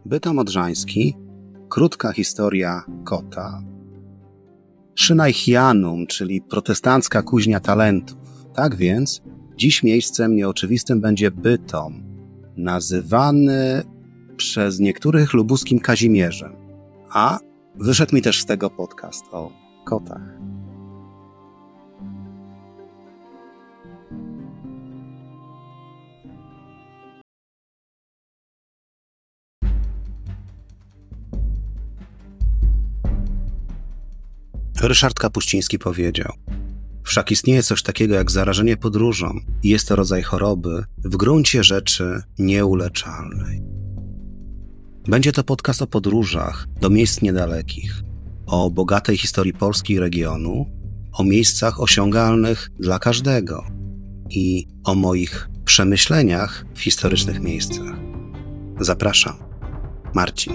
Bytom Odrzański, krótka historia kota. Szynajchianum, czyli protestancka kuźnia talentów. Tak więc dziś miejscem nieoczywistym będzie Bytom, nazywany przez niektórych lubuskim Kazimierzem. A wyszedł mi też z tego podcast o kotach. Ryszard Kapuściński powiedział: wszak istnieje coś takiego jak zarażenie podróżą i jest to rodzaj choroby w gruncie rzeczy nieuleczalnej. Będzie to podcast o podróżach do miejsc niedalekich, o bogatej historii Polski i regionu, o miejscach osiągalnych dla każdego i o moich przemyśleniach w historycznych miejscach. Zapraszam, Marcin.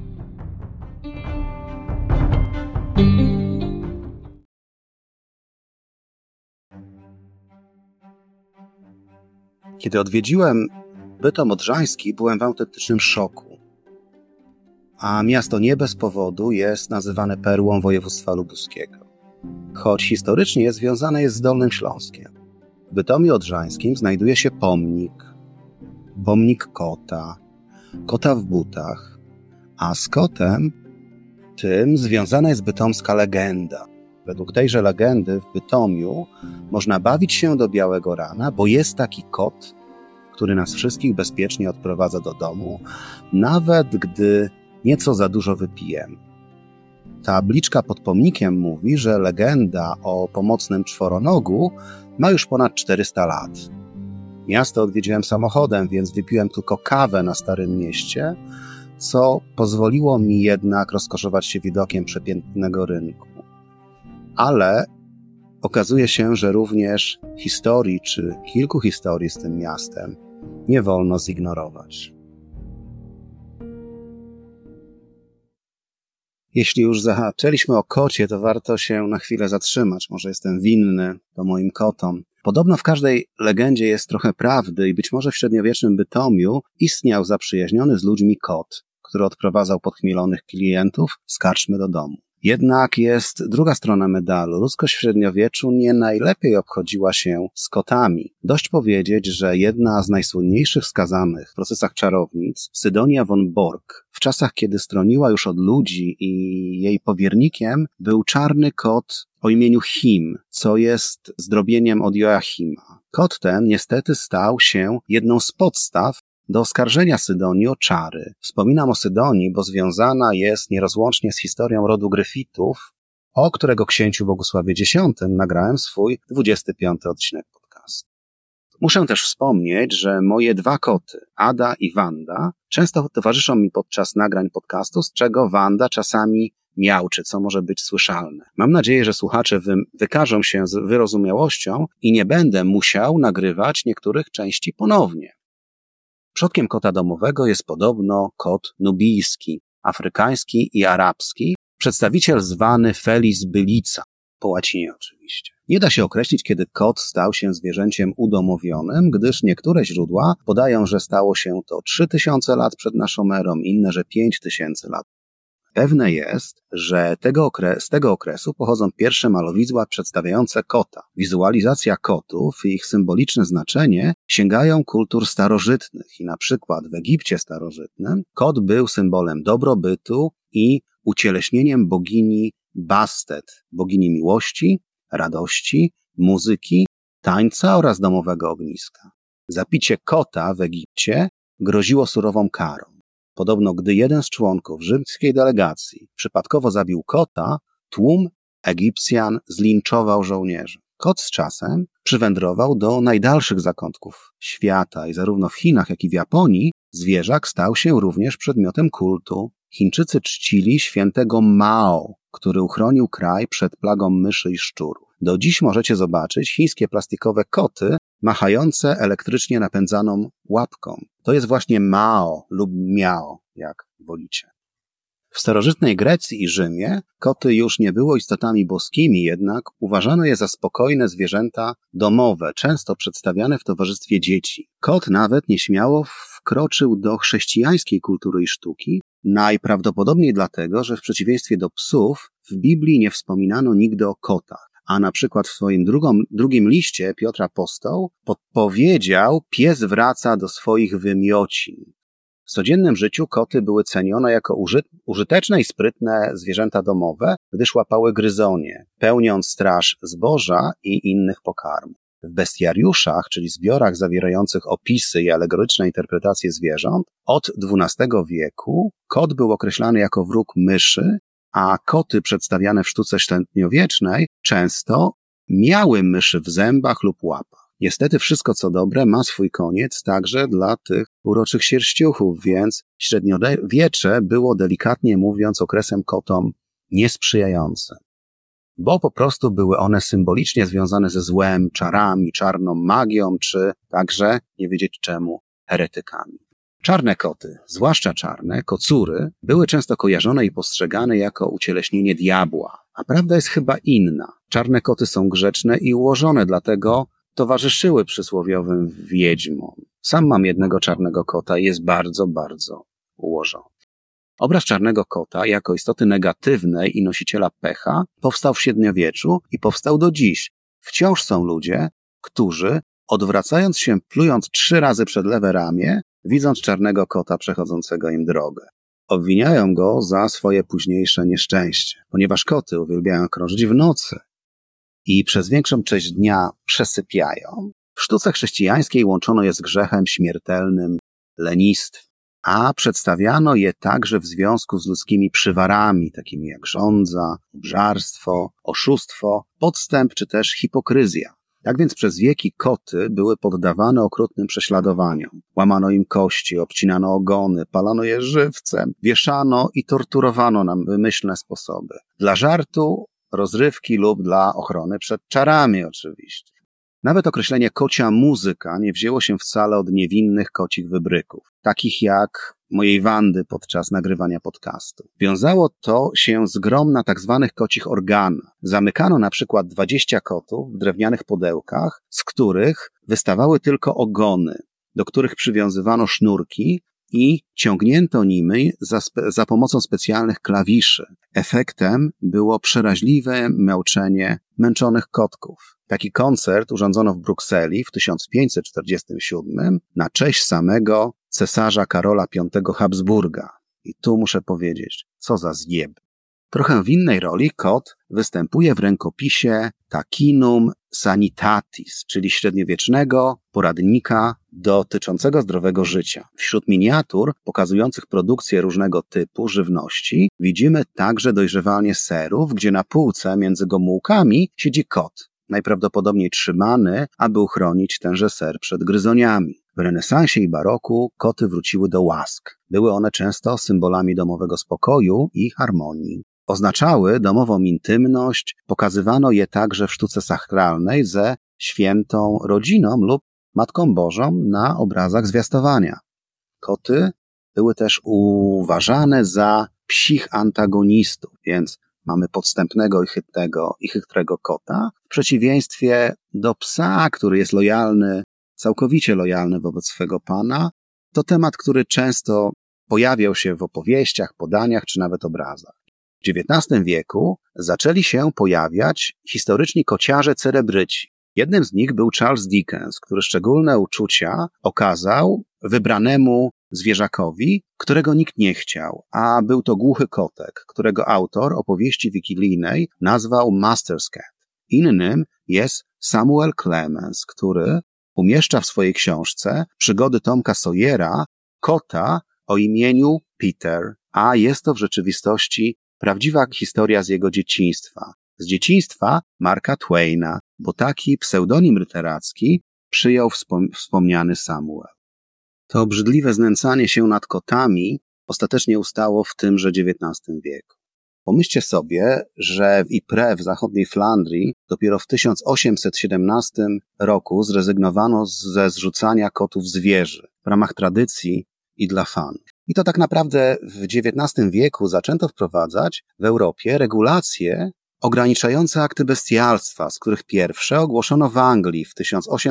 Kiedy odwiedziłem Bytom Odrzański, byłem w autentycznym szoku. A miasto nie bez powodu jest nazywane perłą województwa lubuskiego. Choć historycznie związane jest z Dolnym Śląskiem. W Bytomiu Odrzańskim znajduje się pomnik kota w butach, a z kotem tym związana jest bytomska legenda. Według tejże legendy w Bytomiu można bawić się do białego rana, bo jest taki kot, który nas wszystkich bezpiecznie odprowadza do domu, nawet gdy nieco za dużo wypijemy. Tabliczka pod pomnikiem mówi, że legenda o pomocnym czworonogu ma już ponad 400 lat. Miasto odwiedziłem samochodem, więc wypiłem tylko kawę na Starym Mieście, co pozwoliło mi jednak rozkoszować się widokiem przepięknego rynku. Ale okazuje się, że również historii, czy kilku historii z tym miastem nie wolno zignorować. Jeśli już zaczęliśmy o kocie, to warto się na chwilę zatrzymać. Może jestem winny to moim kotom. Podobno w każdej legendzie jest trochę prawdy i być może w średniowiecznym Bytomiu istniał zaprzyjaźniony z ludźmi kot, który odprowadzał podchmielonych klientów z karczmy do domu. Jednak jest druga strona medalu. Ludzkość w średniowieczu nie najlepiej obchodziła się z kotami. Dość powiedzieć, że jedna z najsłynniejszych skazanych w procesach czarownic, Sydonia von Borg, w czasach, kiedy stroniła już od ludzi i jej powiernikiem był czarny kot o imieniu Him, co jest zdrobieniem od Joachima. Kot ten niestety stał się jedną z podstaw do oskarżenia Sydonii o czary. Wspominam o Sydonii, bo związana jest nierozłącznie z historią rodu Gryfitów, o którego księciu Bogusławie X nagrałem swój 25. odcinek podcastu. Muszę też wspomnieć, że moje dwa koty, Ada i Wanda, często towarzyszą mi podczas nagrań podcastu, z czego Wanda czasami miauczy, co może być słyszalne. Mam nadzieję, że słuchacze wykażą się z wyrozumiałością i nie będę musiał nagrywać niektórych części ponownie. Przodkiem kota domowego jest podobno kot nubijski, afrykański i arabski, przedstawiciel zwany Felis bylica, po łacinie oczywiście. Nie da się określić, kiedy kot stał się zwierzęciem udomowionym, gdyż niektóre źródła podają, że stało się to 3000 lat przed naszą erą, inne, że 5000 lat. Pewne jest, że z tego okresu pochodzą pierwsze malowidła przedstawiające kota. Wizualizacja kotów i ich symboliczne znaczenie sięgają kultur starożytnych i na przykład w Egipcie starożytnym kot był symbolem dobrobytu i ucieleśnieniem bogini Bastet, bogini miłości, radości, muzyki, tańca oraz domowego ogniska. Zabicie kota w Egipcie groziło surową karą. Podobno, gdy jeden z członków rzymskiej delegacji przypadkowo zabił kota, tłum Egipcjan zlinczował żołnierzy. Kot z czasem przywędrował do najdalszych zakątków świata i zarówno w Chinach, jak i w Japonii zwierzak stał się również przedmiotem kultu. Chińczycy czcili świętego Mao, który uchronił kraj przed plagą myszy i szczurów. Do dziś możecie zobaczyć chińskie plastikowe koty machające elektrycznie napędzaną łapką. To jest właśnie Mao lub Miao, jak wolicie. W starożytnej Grecji i Rzymie koty już nie były istotami boskimi, jednak uważano je za spokojne zwierzęta domowe, często przedstawiane w towarzystwie dzieci. Kot nawet nieśmiało wkroczył do chrześcijańskiej kultury i sztuki, najprawdopodobniej dlatego, że w przeciwieństwie do psów w Biblii nie wspominano nigdy o kotach. A na przykład w swoim drugim liście Piotr Apostoł podpowiedział: pies wraca do swoich wymiocin. W codziennym życiu koty były cenione jako użyteczne i sprytne zwierzęta domowe, gdyż łapały gryzonie, pełniąc straż zboża i innych pokarmów. W bestiariuszach, czyli zbiorach zawierających opisy i alegoryczne interpretacje zwierząt, od XII wieku kot był określany jako wróg myszy, a koty przedstawiane w sztuce średniowiecznej często miały myszy w zębach lub łapach. Niestety wszystko co dobre ma swój koniec także dla tych uroczych sierściuchów, więc średniowiecze było delikatnie mówiąc okresem kotom niesprzyjającym, bo po prostu były one symbolicznie związane ze złem, czarami, czarną magią, czy także, nie wiedzieć czemu, heretykami. Czarne koty, zwłaszcza czarne, kocury, były często kojarzone i postrzegane jako ucieleśnienie diabła, a prawda jest chyba inna. Czarne koty są grzeczne i ułożone, dlatego towarzyszyły przysłowiowym wiedźmom. Sam mam jednego czarnego kota i jest bardzo, bardzo ułożony. Obraz czarnego kota jako istoty negatywnej i nosiciela pecha powstał w średniowieczu i powstał do dziś. Wciąż są ludzie, którzy, odwracając się, plując 3 razy przed lewe ramię, widząc czarnego kota przechodzącego im drogę, obwiniają go za swoje późniejsze nieszczęście, ponieważ koty uwielbiają krążyć w nocy i przez większą część dnia przesypiają. W sztuce chrześcijańskiej łączono je z grzechem śmiertelnym lenistwa, a przedstawiano je także w związku z ludzkimi przywarami, takimi jak żądza, obżarstwo, oszustwo, podstęp czy też hipokryzja. Tak więc przez wieki koty były poddawane okrutnym prześladowaniom. Łamano im kości, obcinano ogony, palano je żywcem, wieszano i torturowano na wymyślne sposoby. Dla żartu, rozrywki lub dla ochrony przed czarami oczywiście. Nawet określenie kocia muzyka nie wzięło się wcale od niewinnych kocich wybryków, takich jak mojej Wandy podczas nagrywania podcastu. Wiązało to się z grom na tak zwanych kocich organach. Zamykano na przykład 20 kotów w drewnianych pudełkach, z których wystawały tylko ogony, do których przywiązywano sznurki i ciągnięto nimi za pomocą specjalnych klawiszy. Efektem było przeraźliwe męczenie męczonych kotków. Taki koncert urządzono w Brukseli w 1547 na cześć samego cesarza Karola V Habsburga. I tu muszę powiedzieć, co za zjeb. Trochę w innej roli kot występuje w rękopisie Tacinum Sanitatis, czyli średniowiecznego poradnika dotyczącego zdrowego życia. Wśród miniatur pokazujących produkcję różnego typu żywności widzimy także dojrzewanie serów, gdzie na półce między gomułkami siedzi kot, najprawdopodobniej trzymany, aby uchronić tenże ser przed gryzoniami. W renesansie i baroku koty wróciły do łask. Były one często symbolami domowego spokoju i harmonii. Oznaczały domową intymność, pokazywano je także w sztuce sakralnej ze świętą rodziną lub Matką Bożą na obrazach zwiastowania. Koty były też uważane za psich antagonistów, więc mamy podstępnego i chytrego kota, w przeciwieństwie do psa, który jest lojalny, całkowicie lojalny wobec swego pana. To temat, który często pojawiał się w opowieściach, podaniach czy nawet obrazach. W XIX wieku zaczęli się pojawiać historyczni kociarze celebryci. Jednym z nich był Charles Dickens, który szczególne uczucia okazał wybranemu zwierzakowi, którego nikt nie chciał, a był to głuchy kotek, którego autor opowieści wigilijnej nazwał Master's Cat. Innym jest Samuel Clemens, który umieszcza w swojej książce Przygody Tomka Sawyera kota o imieniu Peter, a jest to w rzeczywistości prawdziwa historia z jego dzieciństwa. Z dzieciństwa Marka Twaina, bo taki pseudonim literacki przyjął wspomniany Samuel. To obrzydliwe znęcanie się nad kotami ostatecznie ustało w tymże XIX wieku. Pomyślcie sobie, że w Ypres w zachodniej Flandrii dopiero w 1817 roku zrezygnowano ze zrzucania kotów z wieży w ramach tradycji i dla fanów. I to tak naprawdę w XIX wieku zaczęto wprowadzać w Europie regulacje ograniczające akty bestialstwa, z których pierwsze ogłoszono w Anglii w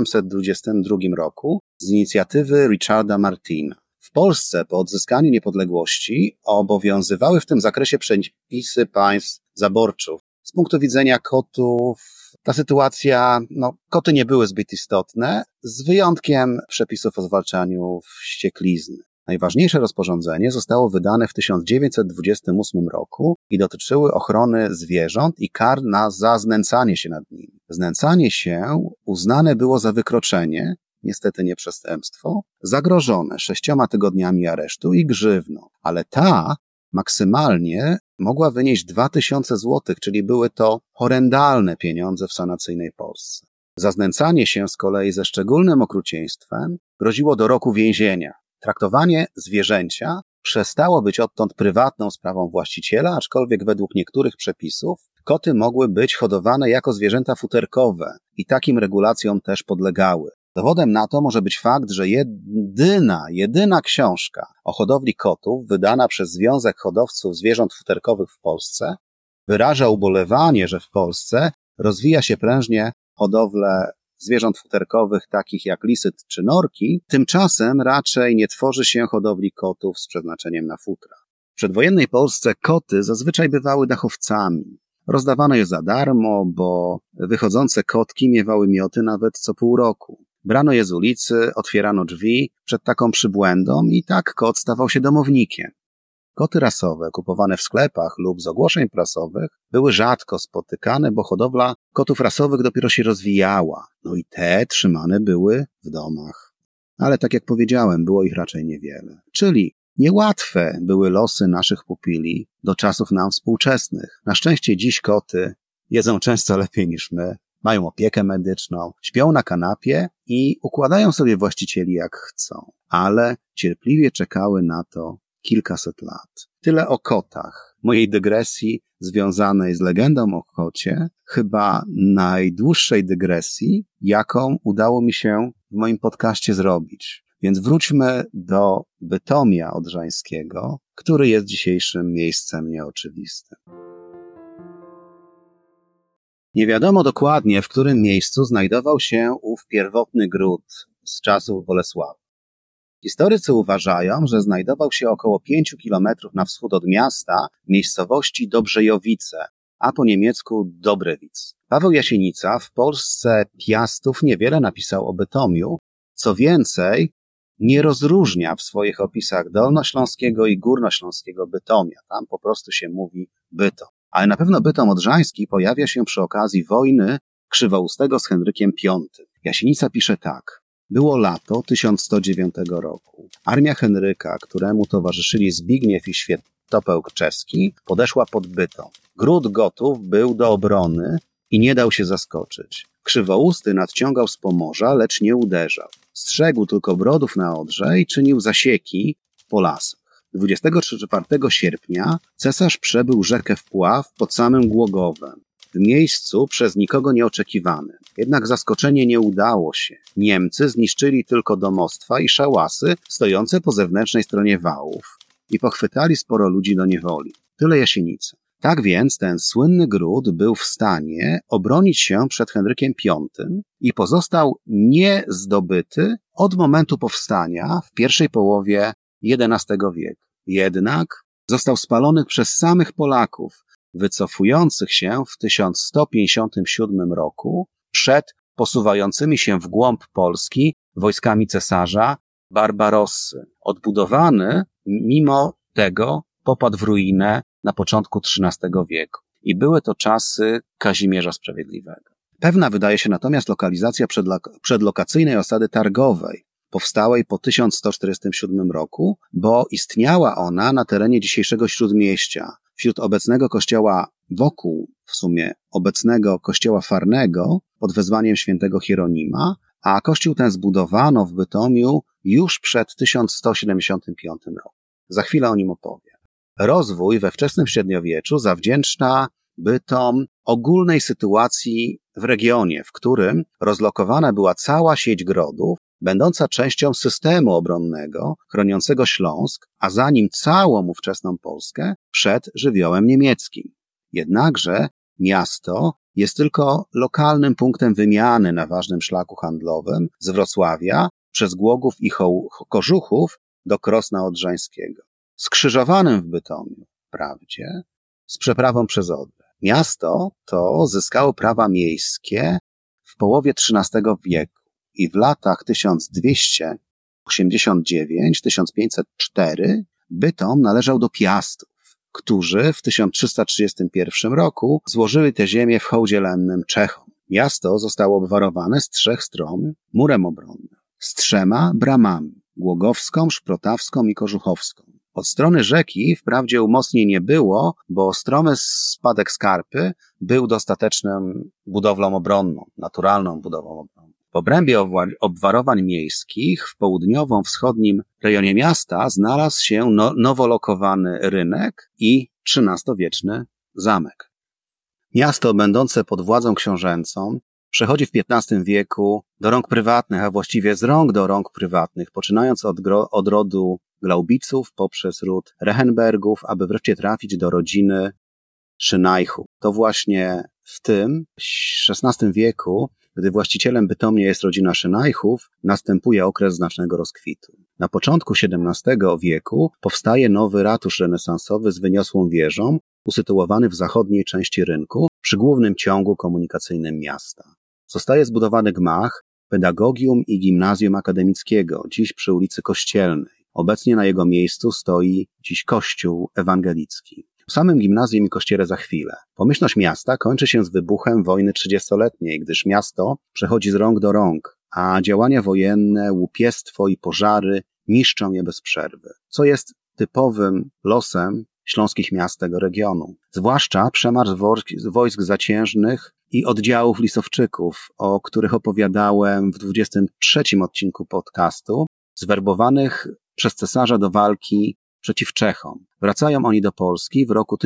1822 roku z inicjatywy Richarda Martina. W Polsce po odzyskaniu niepodległości obowiązywały w tym zakresie przepisy państw zaborczych. Z punktu widzenia kotów ta sytuacja, koty nie były zbyt istotne, z wyjątkiem przepisów o zwalczaniu wścieklizny. Najważniejsze rozporządzenie zostało wydane w 1928 roku i dotyczyły ochrony zwierząt i kar za znęcanie się nad nimi. Znęcanie się uznane było za wykroczenie, niestety nie przestępstwo, zagrożone 6 tygodniami aresztu i grzywną, ale ta maksymalnie mogła wynieść 2000 złotych, czyli były to horrendalne pieniądze w sanacyjnej Polsce. Za znęcanie się z kolei ze szczególnym okrucieństwem groziło do roku więzienia. Traktowanie zwierzęcia przestało być odtąd prywatną sprawą właściciela, aczkolwiek według niektórych przepisów koty mogły być hodowane jako zwierzęta futerkowe i takim regulacjom też podlegały. Dowodem na to może być fakt, że jedyna książka o hodowli kotów wydana przez Związek Hodowców Zwierząt Futerkowych w Polsce wyraża ubolewanie, że w Polsce rozwija się prężnie hodowlę zwierząt futerkowych takich jak lisy czy norki, tymczasem raczej nie tworzy się hodowli kotów z przeznaczeniem na futra. W przedwojennej Polsce koty zazwyczaj bywały dachowcami. Rozdawano je za darmo, bo wychodzące kotki miewały mioty nawet co pół roku. Brano je z ulicy, otwierano drzwi przed taką przybłędą i tak kot stawał się domownikiem. Koty rasowe, kupowane w sklepach lub z ogłoszeń prasowych, były rzadko spotykane, bo hodowla kotów rasowych dopiero się rozwijała. I te trzymane były w domach. Ale tak jak powiedziałem, było ich raczej niewiele. Czyli niełatwe były losy naszych pupili do czasów nam współczesnych. Na szczęście dziś koty jedzą często lepiej niż my, mają opiekę medyczną, śpią na kanapie i układają sobie właścicieli jak chcą. Ale cierpliwie czekały na to kilkaset lat. Tyle o kotach. Mojej dygresji związanej z legendą o kocie, chyba najdłuższej dygresji, jaką udało mi się w moim podcaście zrobić. Więc wróćmy do Bytomia Odrzańskiego, który jest dzisiejszym miejscem nieoczywistym. Nie wiadomo dokładnie, w którym miejscu znajdował się ów pierwotny gród z czasów Bolesława. Historycy uważają, że znajdował się około 5 kilometrów na wschód od miasta w miejscowości Dobrzejowice, a po niemiecku Dobrewic. Paweł Jasienica w Polsce Piastów niewiele napisał o Bytomiu, co więcej, nie rozróżnia w swoich opisach dolnośląskiego i górnośląskiego Bytomia. Tam po prostu się mówi Bytom. Ale na pewno Bytom Odrzański pojawia się przy okazji wojny Krzywoustego z Henrykiem V. Jasienica pisze tak. Było lato 1109 roku. Armia Henryka, któremu towarzyszyli Zbigniew i Świętopełk Czeski, podeszła pod Bytom. Gród gotów był do obrony i nie dał się zaskoczyć. Krzywousty nadciągał z Pomorza, lecz nie uderzał. Strzegł tylko brodów na Odrze i czynił zasieki po lasach. 24 sierpnia cesarz przebył rzekę Wpław pod samym Głogowem. W miejscu przez nikogo nieoczekiwanym. Jednak zaskoczenie nie udało się. Niemcy zniszczyli tylko domostwa i szałasy stojące po zewnętrznej stronie wałów i pochwytali sporo ludzi do niewoli. Tyle Jasienica. Tak więc ten słynny gród był w stanie obronić się przed Henrykiem V i pozostał niezdobyty od momentu powstania w pierwszej połowie XI wieku. Jednak został spalony przez samych Polaków, wycofujących się w 1157 roku przed posuwającymi się w głąb Polski wojskami cesarza Barbarossy. Odbudowany mimo tego popadł w ruinę na początku XIII wieku i były to czasy Kazimierza Sprawiedliwego. Pewna wydaje się natomiast lokalizacja przedlokacyjnej osady targowej, powstałej po 1147 roku, bo istniała ona na terenie dzisiejszego Śródmieścia, wśród obecnego kościoła wokół w sumie obecnego kościoła Farnego pod wezwaniem świętego Hieronima, a kościół ten zbudowano w Bytomiu już przed 1175 roku. Za chwilę o nim opowiem. Rozwój we wczesnym średniowieczu zawdzięcza Bytom ogólnej sytuacji w regionie, w którym rozlokowana była cała sieć grodów, będąca częścią systemu obronnego chroniącego Śląsk, a za nim całą ówczesną Polskę przed żywiołem niemieckim. Jednakże miasto jest tylko lokalnym punktem wymiany na ważnym szlaku handlowym z Wrocławia przez Głogów i Kożuchów do Krosna Odrzańskiego, skrzyżowanym w Bytomiu, wprawdzie, z przeprawą przez Odrę. Miasto to zyskało prawa miejskie w połowie XIII wieku i w latach 1289-1504 Bytom należał do Piastów, którzy w 1331 roku złożyli tę ziemię w hołdzie lennym Czechom. Miasto zostało obwarowane z 3 stron murem obronnym, z 3 bramami, Głogowską, Szprotawską i Kożuchowską. Od strony rzeki wprawdzie umocnień nie było, bo stromy spadek Skarpy był dostateczną budowlą obronną, naturalną budową obronną. W obrębie obwarowań miejskich w południowo-wschodnim rejonie miasta znalazł się nowo lokowany rynek i XIII-wieczny zamek. Miasto, będące pod władzą książęcą, przechodzi w XV wieku do rąk prywatnych, a właściwie z rąk do rąk prywatnych, poczynając od rodu Glaubiców poprzez ród Rechenbergów, aby wreszcie trafić do rodziny Szynajchów. To właśnie w tym XVI wieku, gdy właścicielem Bytomia jest rodzina Szynajchów, następuje okres znacznego rozkwitu. Na początku XVII wieku powstaje nowy ratusz renesansowy z wyniosłą wieżą, usytuowany w zachodniej części rynku, przy głównym ciągu komunikacyjnym miasta. Zostaje zbudowany gmach, pedagogium i gimnazjum akademickiego, dziś przy ulicy Kościelnej. Obecnie na jego miejscu stoi dziś kościół ewangelicki. O samym gimnazjum i kościele za chwilę. Pomyślność miasta kończy się z wybuchem wojny 30-letniej, gdyż miasto przechodzi z rąk do rąk, a działania wojenne, łupiestwo i pożary niszczą je bez przerwy, co jest typowym losem śląskich miast tego regionu. Zwłaszcza przemarsz wojsk zaciężnych i oddziałów lisowczyków, o których opowiadałem w 23 odcinku podcastu, zwerbowanych przez cesarza do walki przeciw Czechom. Wracają oni do Polski w roku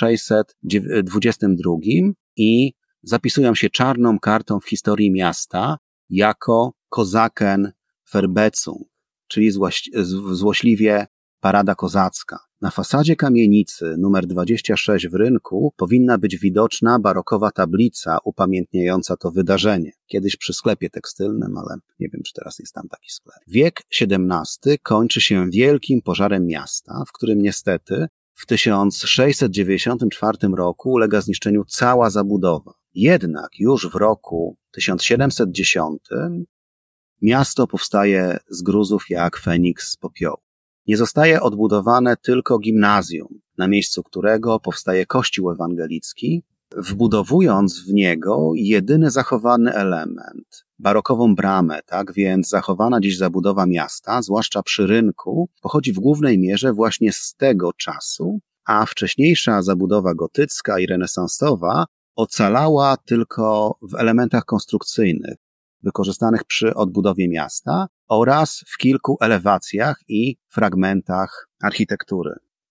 1622 i zapisują się czarną kartą w historii miasta jako Kozaken Verbecung, czyli złośliwie parada kozacka. Na fasadzie kamienicy numer 26 w rynku powinna być widoczna barokowa tablica upamiętniająca to wydarzenie. Kiedyś przy sklepie tekstylnym, ale nie wiem, czy teraz jest tam taki sklep. Wiek XVII kończy się wielkim pożarem miasta, w którym niestety w 1694 roku ulega zniszczeniu cała zabudowa. Jednak już w roku 1710 miasto powstaje z gruzów jak Feniks z popiołu. Nie zostaje odbudowane tylko gimnazjum, na miejscu którego powstaje kościół ewangelicki, wbudowując w niego jedyny zachowany element, barokową bramę, tak więc zachowana dziś zabudowa miasta, zwłaszcza przy rynku, pochodzi w głównej mierze właśnie z tego czasu, a wcześniejsza zabudowa gotycka i renesansowa ocalała tylko w elementach konstrukcyjnych, wykorzystanych przy odbudowie miasta oraz w kilku elewacjach i fragmentach architektury.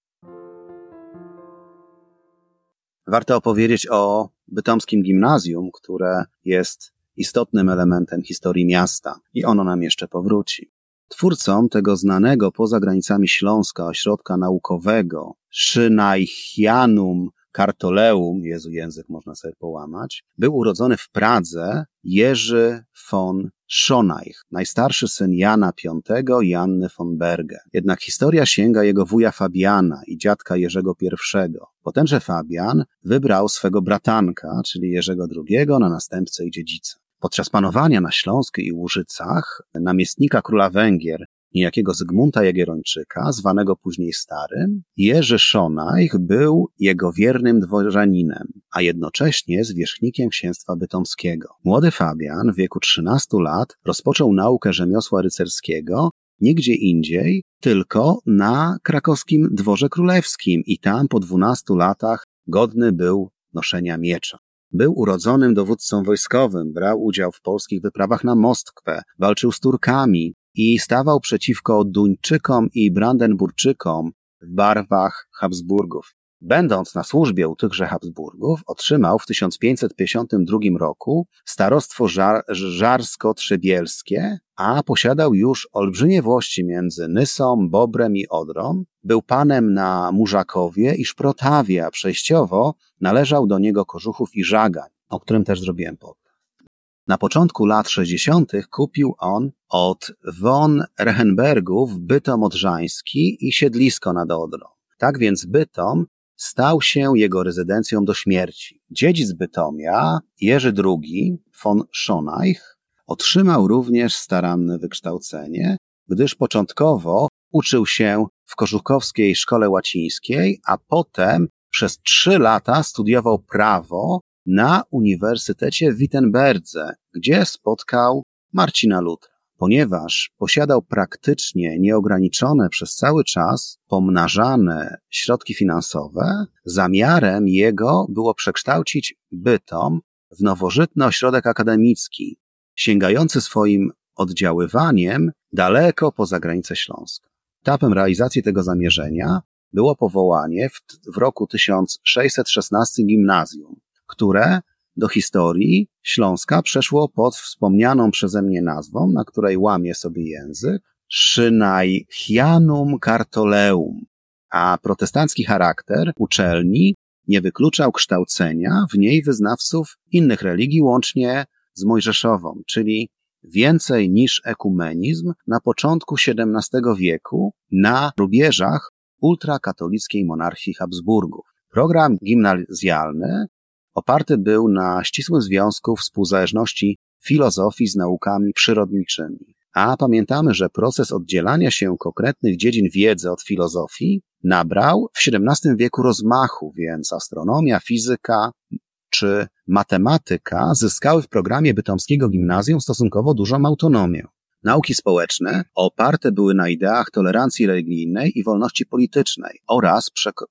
Warto opowiedzieć o bytomskim gimnazjum, które jest istotnym elementem historii miasta i ono nam jeszcze powróci. Twórcą tego znanego poza granicami Śląska ośrodka naukowego Szynajchianum Cartoleum, Jezu, język można sobie połamać, był urodzony w Pradze Jerzy von Schonajch, najstarszy syn Jana V i Anny von Berge. Jednak historia sięga jego wuja Fabiana i dziadka Jerzego I. Potenże Fabian wybrał swego bratanka, czyli Jerzego II, na następcę i dziedzica. Podczas panowania na Śląsku i Łużycach namiestnika króla Węgier, niejakiego Zygmunta Jagiellończyka, zwanego później Starym, Jerzy Schonajch był jego wiernym dworzaninem, a jednocześnie zwierzchnikiem księstwa bytomskiego. Młody Fabian w wieku 13 lat rozpoczął naukę rzemiosła rycerskiego nigdzie indziej, tylko na krakowskim dworze królewskim i tam po 12 latach godny był noszenia miecza. Był urodzonym dowódcą wojskowym, brał udział w polskich wyprawach na Moskwę, walczył z Turkami i stawał przeciwko Duńczykom i Brandenburczykom w barwach Habsburgów. Będąc na służbie u tychże Habsburgów, otrzymał w 1552 roku starostwo żarsko-trzebielskie, a posiadał już olbrzymie włości między Nysą, Bobrem i Odrą. Był panem na Murzakowie i Szprotawie, a przejściowo należał do niego Kożuchów i Żagań, o którym też zrobiłem podcast. Na początku lat 60. kupił on od von Rechenbergów Bytom Odrzański i siedlisko nad Odrą. Tak więc Bytom stał się jego rezydencją do śmierci. Dziedzic Bytomia, Jerzy II von Schoneich, otrzymał również staranne wykształcenie, gdyż początkowo uczył się w Kożuchowskiej Szkole Łacińskiej, a potem przez 3 lata studiował prawo na Uniwersytecie w Wittenberdze, gdzie spotkał Marcina Lutra. Ponieważ posiadał praktycznie nieograniczone przez cały czas pomnażane środki finansowe, zamiarem jego było przekształcić Bytom w nowożytny ośrodek akademicki, sięgający swoim oddziaływaniem daleko poza granice Śląska. Etapem realizacji tego zamierzenia było powołanie w roku 1616 gimnazjum, które do historii Śląska przeszło pod wspomnianą przeze mnie nazwą, na której łamie sobie język, Synaichianum Cartoleum, a protestancki charakter uczelni nie wykluczał kształcenia w niej wyznawców innych religii łącznie z mojżeszową, czyli więcej niż ekumenizm na początku XVII wieku na rubieżach ultrakatolickiej monarchii Habsburgów. Program gimnazjalny oparty był na ścisłym związku współzależności filozofii z naukami przyrodniczymi. A pamiętamy, że proces oddzielania się konkretnych dziedzin wiedzy od filozofii nabrał w XVII wieku rozmachu, więc astronomia, fizyka czy matematyka zyskały w programie bytomskiego gimnazjum stosunkowo dużą autonomię. Nauki społeczne oparte były na ideach tolerancji religijnej i wolności politycznej oraz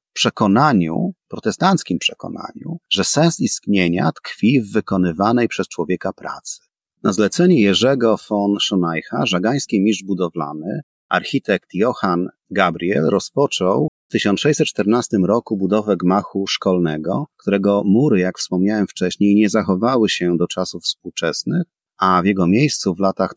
protestanckim przekonaniu, że sens istnienia tkwi w wykonywanej przez człowieka pracy. Na zlecenie Jerzego von Schoneicha żagański mistrz budowlany, architekt Johann Gabriel, rozpoczął w 1614 roku budowę gmachu szkolnego, którego mury, jak wspomniałem wcześniej, nie zachowały się do czasów współczesnych, a w jego miejscu w latach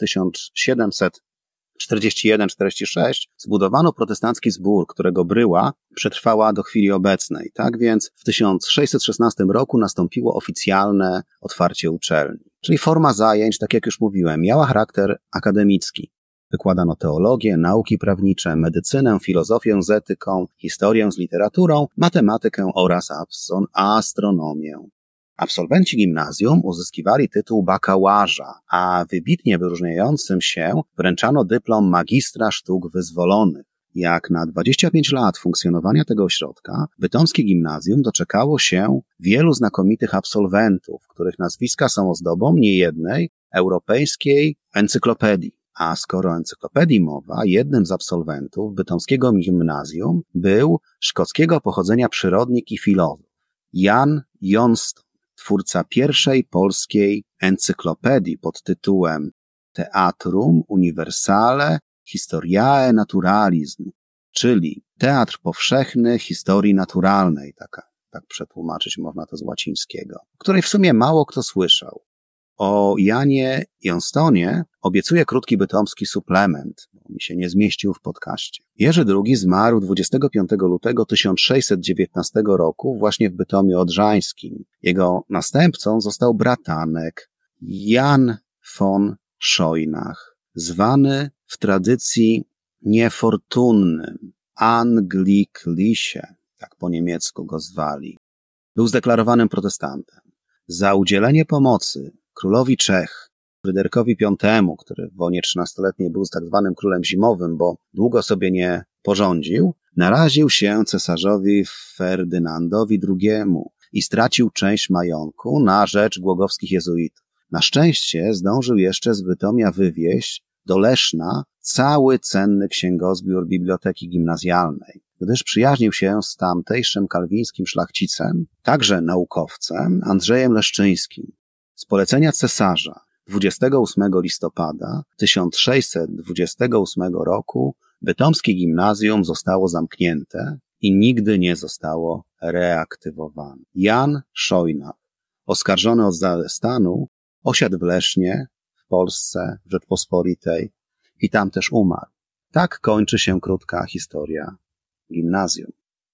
1741-46 zbudowano protestancki zbór, którego bryła przetrwała do chwili obecnej. Tak więc w 1616 roku nastąpiło oficjalne otwarcie uczelni. Czyli forma zajęć, tak jak już mówiłem, miała charakter akademicki. Wykładano teologię, nauki prawnicze, medycynę, filozofię z etyką, historię z literaturą, matematykę oraz astronomię. Absolwenci gimnazjum uzyskiwali tytuł bakałaża, a wybitnie wyróżniającym się wręczano dyplom magistra sztuk wyzwolonych. Jak na 25 lat funkcjonowania tego ośrodka, bytomskie gimnazjum doczekało się wielu znakomitych absolwentów, których nazwiska są ozdobą niejednej europejskiej encyklopedii. A skoro o encyklopedii mowa, jednym z absolwentów bytomskiego gimnazjum był szkockiego pochodzenia przyrodnik i filozof Jan Johnston, twórca pierwszej polskiej encyklopedii pod tytułem Theatrum Universale Historiae Naturalism, czyli Teatr Powszechny Historii Naturalnej, tak przetłumaczyć można to z łacińskiego, o której w sumie mało kto słyszał. O Janie Johnstonie obiecuję krótki bytomski suplement, bo mi się nie zmieścił w podcaście. Jerzy II zmarł 25 lutego 1619 roku właśnie w Bytomiu Odrzańskim. Jego następcą został bratanek Jan von Schoinach, zwany w tradycji niefortunnym Angliklisie, tak po niemiecku go zwali. Był zdeklarowanym protestantem. Za udzielenie pomocy królowi Czech, Fryderykowi V, który w wojnie 13-letniej był tak zwanym królem zimowym, bo długo sobie nie porządził, naraził się cesarzowi Ferdynandowi II i stracił część majątku na rzecz głogowskich jezuitów. Na szczęście zdążył jeszcze z Bytomia wywieźć do Leszna cały cenny księgozbiór biblioteki gimnazjalnej, gdyż przyjaźnił się z tamtejszym kalwińskim szlachcicem, także naukowcem Andrzejem Leszczyńskim. Z polecenia cesarza 28 listopada 1628 roku bytomskie gimnazjum zostało zamknięte i nigdy nie zostało reaktywowane. Jan Szojnach, oskarżony o zdradę stanu, osiadł w Lesznie, w Polsce, w Rzeczpospolitej i tam też umarł. Tak kończy się krótka historia gimnazjum.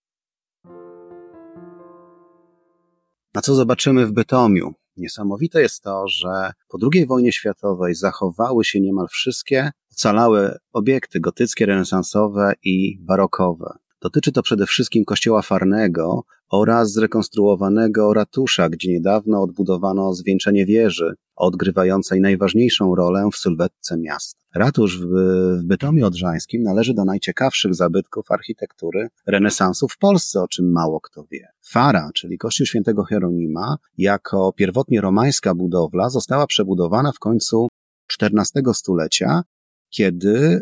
A co zobaczymy w Bytomiu? Niesamowite jest to, że po II wojnie światowej zachowały się niemal wszystkie ocalałe obiekty gotyckie, renesansowe i barokowe. Dotyczy to przede wszystkim kościoła Farnego oraz zrekonstruowanego ratusza, gdzie niedawno odbudowano zwieńczenie wieży, odgrywającej najważniejszą rolę w sylwetce miasta. Ratusz w Bytomiu Odrzańskim należy do najciekawszych zabytków architektury renesansu w Polsce, o czym mało kto wie. Fara, czyli kościół świętego Hieronima, jako pierwotnie romańska budowla, została przebudowana w końcu XIV stulecia, kiedy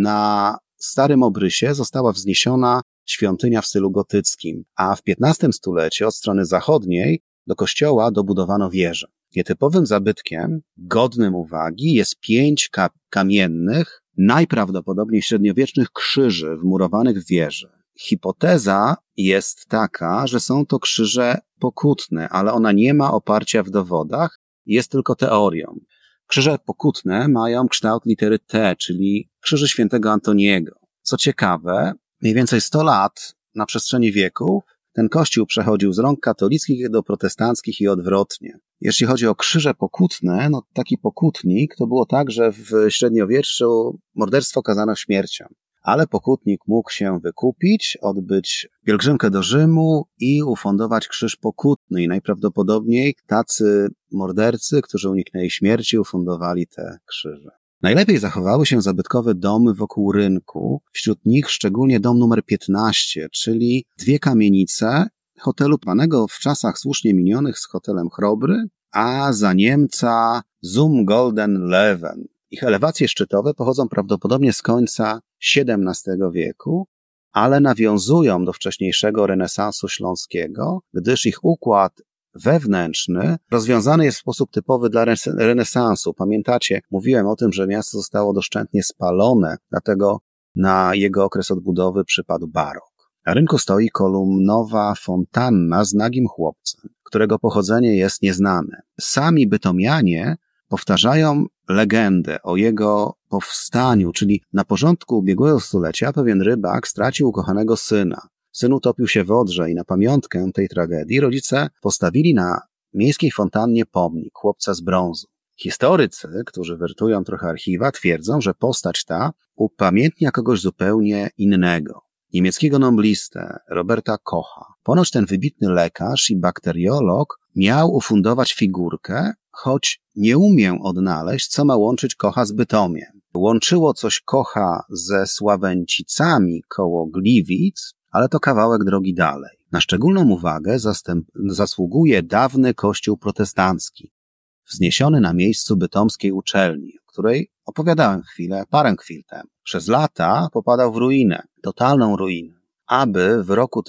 na Starym Obrysie została wzniesiona świątynia w stylu gotyckim, a w XV stuleciu od strony zachodniej do kościoła dobudowano wieżę. Nietypowym zabytkiem, godnym uwagi, jest 5 kamiennych, najprawdopodobniej średniowiecznych krzyży wmurowanych w wieżę. Hipoteza jest taka, że są to krzyże pokutne, ale ona nie ma oparcia w dowodach, jest tylko teorią. Krzyże pokutne mają kształt litery T, czyli krzyże świętego Antoniego. Co ciekawe, mniej więcej 100 lat na przestrzeni wieków ten kościół przechodził z rąk katolickich do protestanckich i odwrotnie. Jeśli chodzi o krzyże pokutne, no taki pokutnik to było tak, że w średniowieczu morderstwo kazano śmiercią. Ale pokutnik mógł się wykupić, odbyć pielgrzymkę do Rzymu i ufundować krzyż pokutny. I najprawdopodobniej tacy mordercy, którzy uniknęli śmierci, ufundowali te krzyże. Najlepiej zachowały się zabytkowe domy wokół rynku, wśród nich szczególnie dom numer 15, czyli 2 kamienice hotelu panego w czasach słusznie minionych z hotelem Chrobry, a za Niemca Zum Golden Löwen. Ich elewacje szczytowe pochodzą prawdopodobnie z końca XVII wieku, ale nawiązują do wcześniejszego renesansu śląskiego, gdyż ich układ wewnętrzny rozwiązany jest w sposób typowy dla renesansu. Pamiętacie, mówiłem o tym, że miasto zostało doszczętnie spalone, dlatego na jego okres odbudowy przypadł barok. Na rynku stoi kolumnowa fontanna z nagim chłopcem, którego pochodzenie jest nieznane. Sami bytomianie powtarzają legendę o jego powstaniu, czyli na początku ubiegłego stulecia pewien rybak stracił ukochanego syna. Syn utopił się w Odrze i na pamiątkę tej tragedii rodzice postawili na miejskiej fontannie pomnik chłopca z brązu. Historycy, którzy wertują trochę archiwa, twierdzą, że postać ta upamiętnia kogoś zupełnie innego. Niemieckiego noblistę Roberta Kocha. Ponoć ten wybitny lekarz i bakteriolog miał ufundować figurkę, choć nie umiem odnaleźć, co ma łączyć Kocha z Bytomiem. Łączyło coś Kocha ze Sławęcicami koło Gliwic, ale to kawałek drogi dalej. Na szczególną uwagę zasługuje dawny kościół protestancki, wzniesiony na miejscu bytomskiej uczelni, o której opowiadałem parę chwil temu. Przez lata popadał w ruinę, totalną ruinę. Aby w roku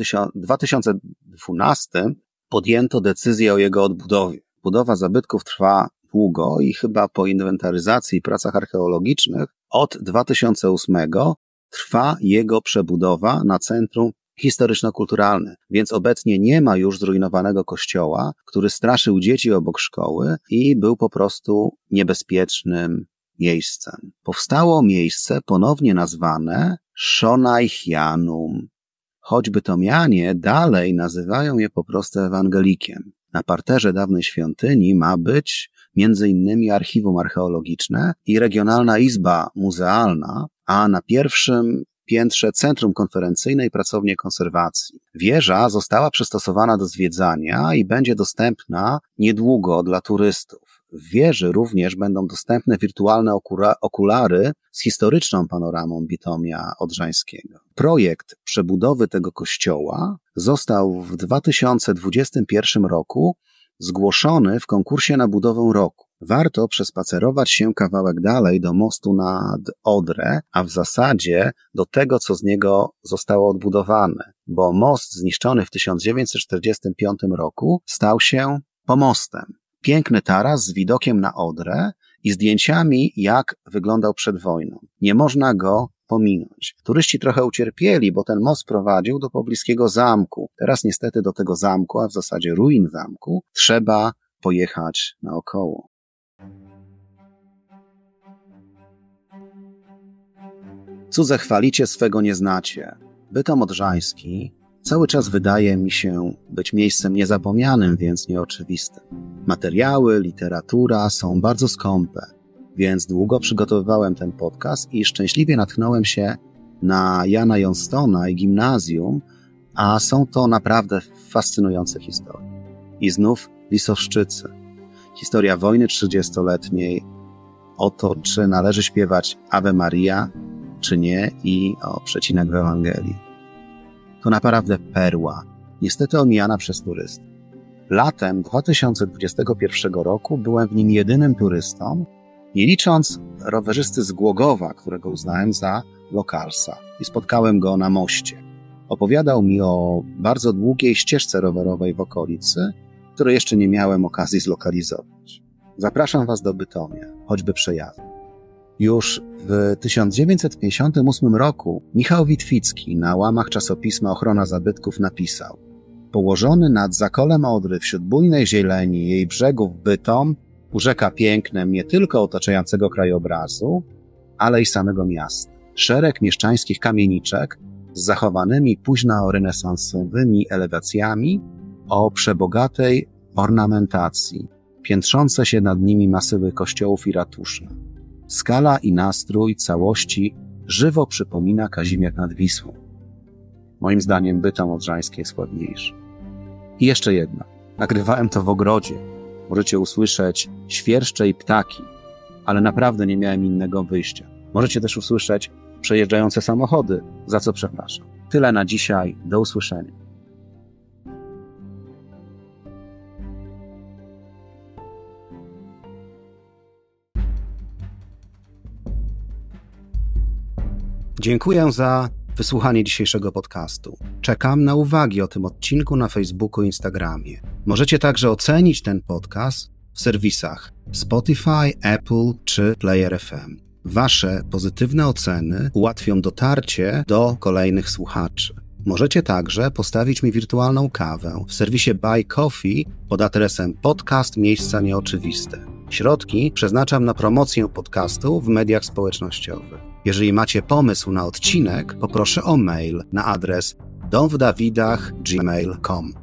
2012 podjęto decyzję o jego odbudowie. Budowa zabytków trwa długo i chyba po inwentaryzacji i pracach archeologicznych od 2008 trwa jego przebudowa na centrum historyczno-kulturalne, więc obecnie nie ma już zrujnowanego kościoła, który straszył dzieci obok szkoły i był po prostu niebezpiecznym miejscem. Powstało miejsce ponownie nazwane Szonajchianum, choć bytomianie dalej nazywają je po prostu ewangelikiem. Na parterze dawnej świątyni ma być między innymi archiwum archeologiczne i regionalna izba muzealna, a na pierwszym piętrze centrum konferencyjne i pracownie konserwacji. Wieża została przystosowana do zwiedzania i będzie dostępna niedługo dla turystów. W wieży również będą dostępne wirtualne okulary z historyczną panoramą Bytomia Odrzańskiego. Projekt przebudowy tego kościoła został w 2021 roku zgłoszony w konkursie na budowę roku. Warto przespacerować się kawałek dalej do mostu nad Odrę, a w zasadzie do tego, co z niego zostało odbudowane, bo most zniszczony w 1945 roku stał się pomostem. Piękny taras z widokiem na Odrę i zdjęciami, jak wyglądał przed wojną. Nie można go pominąć. Turyści trochę ucierpieli, bo ten most prowadził do pobliskiego zamku. Teraz niestety do tego zamku, a w zasadzie ruin zamku, trzeba pojechać naokoło. Cudze chwalicie, swego nie znacie. Bytom Odrzański cały czas wydaje mi się być miejscem niezapomnianym, więc nieoczywistym. Materiały, literatura są bardzo skąpe, więc długo przygotowywałem ten podcast i szczęśliwie natknąłem się na Jana Johnstona i gimnazjum, a są to naprawdę fascynujące historie. I znów Lisowszczycy. Historia wojny 30-letniej, o to, czy należy śpiewać Ave Maria, czy nie, i o przecinek w Ewangelii. To naprawdę perła, niestety omijana przez turystów. Latem 2021 roku byłem w nim jedynym turystą, nie licząc rowerzysty z Głogowa, którego uznałem za lokalsa, i spotkałem go na moście. Opowiadał mi o bardzo długiej ścieżce rowerowej w okolicy, której jeszcze nie miałem okazji zlokalizować. Zapraszam Was do Bytomia, choćby przejazdem. Już w 1958 roku Michał Witwicki na łamach czasopisma Ochrona Zabytków napisał: położony nad zakolem Odry wśród bujnej zieleni jej brzegów Bytom urzeka pięknem nie tylko otaczającego krajobrazu, ale i samego miasta. Szereg mieszczańskich kamieniczek z zachowanymi późnorenesansowymi elewacjami o przebogatej ornamentacji, piętrzące się nad nimi masywy kościołów i ratusze. Skala i nastrój całości żywo przypomina Kazimierz nad Wisłą. Moim zdaniem Bytom Odrzański jest ładniejszy. I jeszcze jedno. Nagrywałem to w ogrodzie. Możecie usłyszeć świerszcze i ptaki, ale naprawdę nie miałem innego wyjścia. Możecie też usłyszeć przejeżdżające samochody, za co przepraszam. Tyle na dzisiaj. Do usłyszenia. Dziękuję za wysłuchanie dzisiejszego podcastu. Czekam na uwagi o tym odcinku na Facebooku i Instagramie. Możecie także ocenić ten podcast w serwisach Spotify, Apple czy Player FM. Wasze pozytywne oceny ułatwią dotarcie do kolejnych słuchaczy. Możecie także postawić mi wirtualną kawę w serwisie Buy Coffee pod adresem podcast Miejsca Nieoczywiste. Środki przeznaczam na promocję podcastu w mediach społecznościowych. Jeżeli macie pomysł na odcinek, poproszę o mail na adres domwdawidach@gmail.com.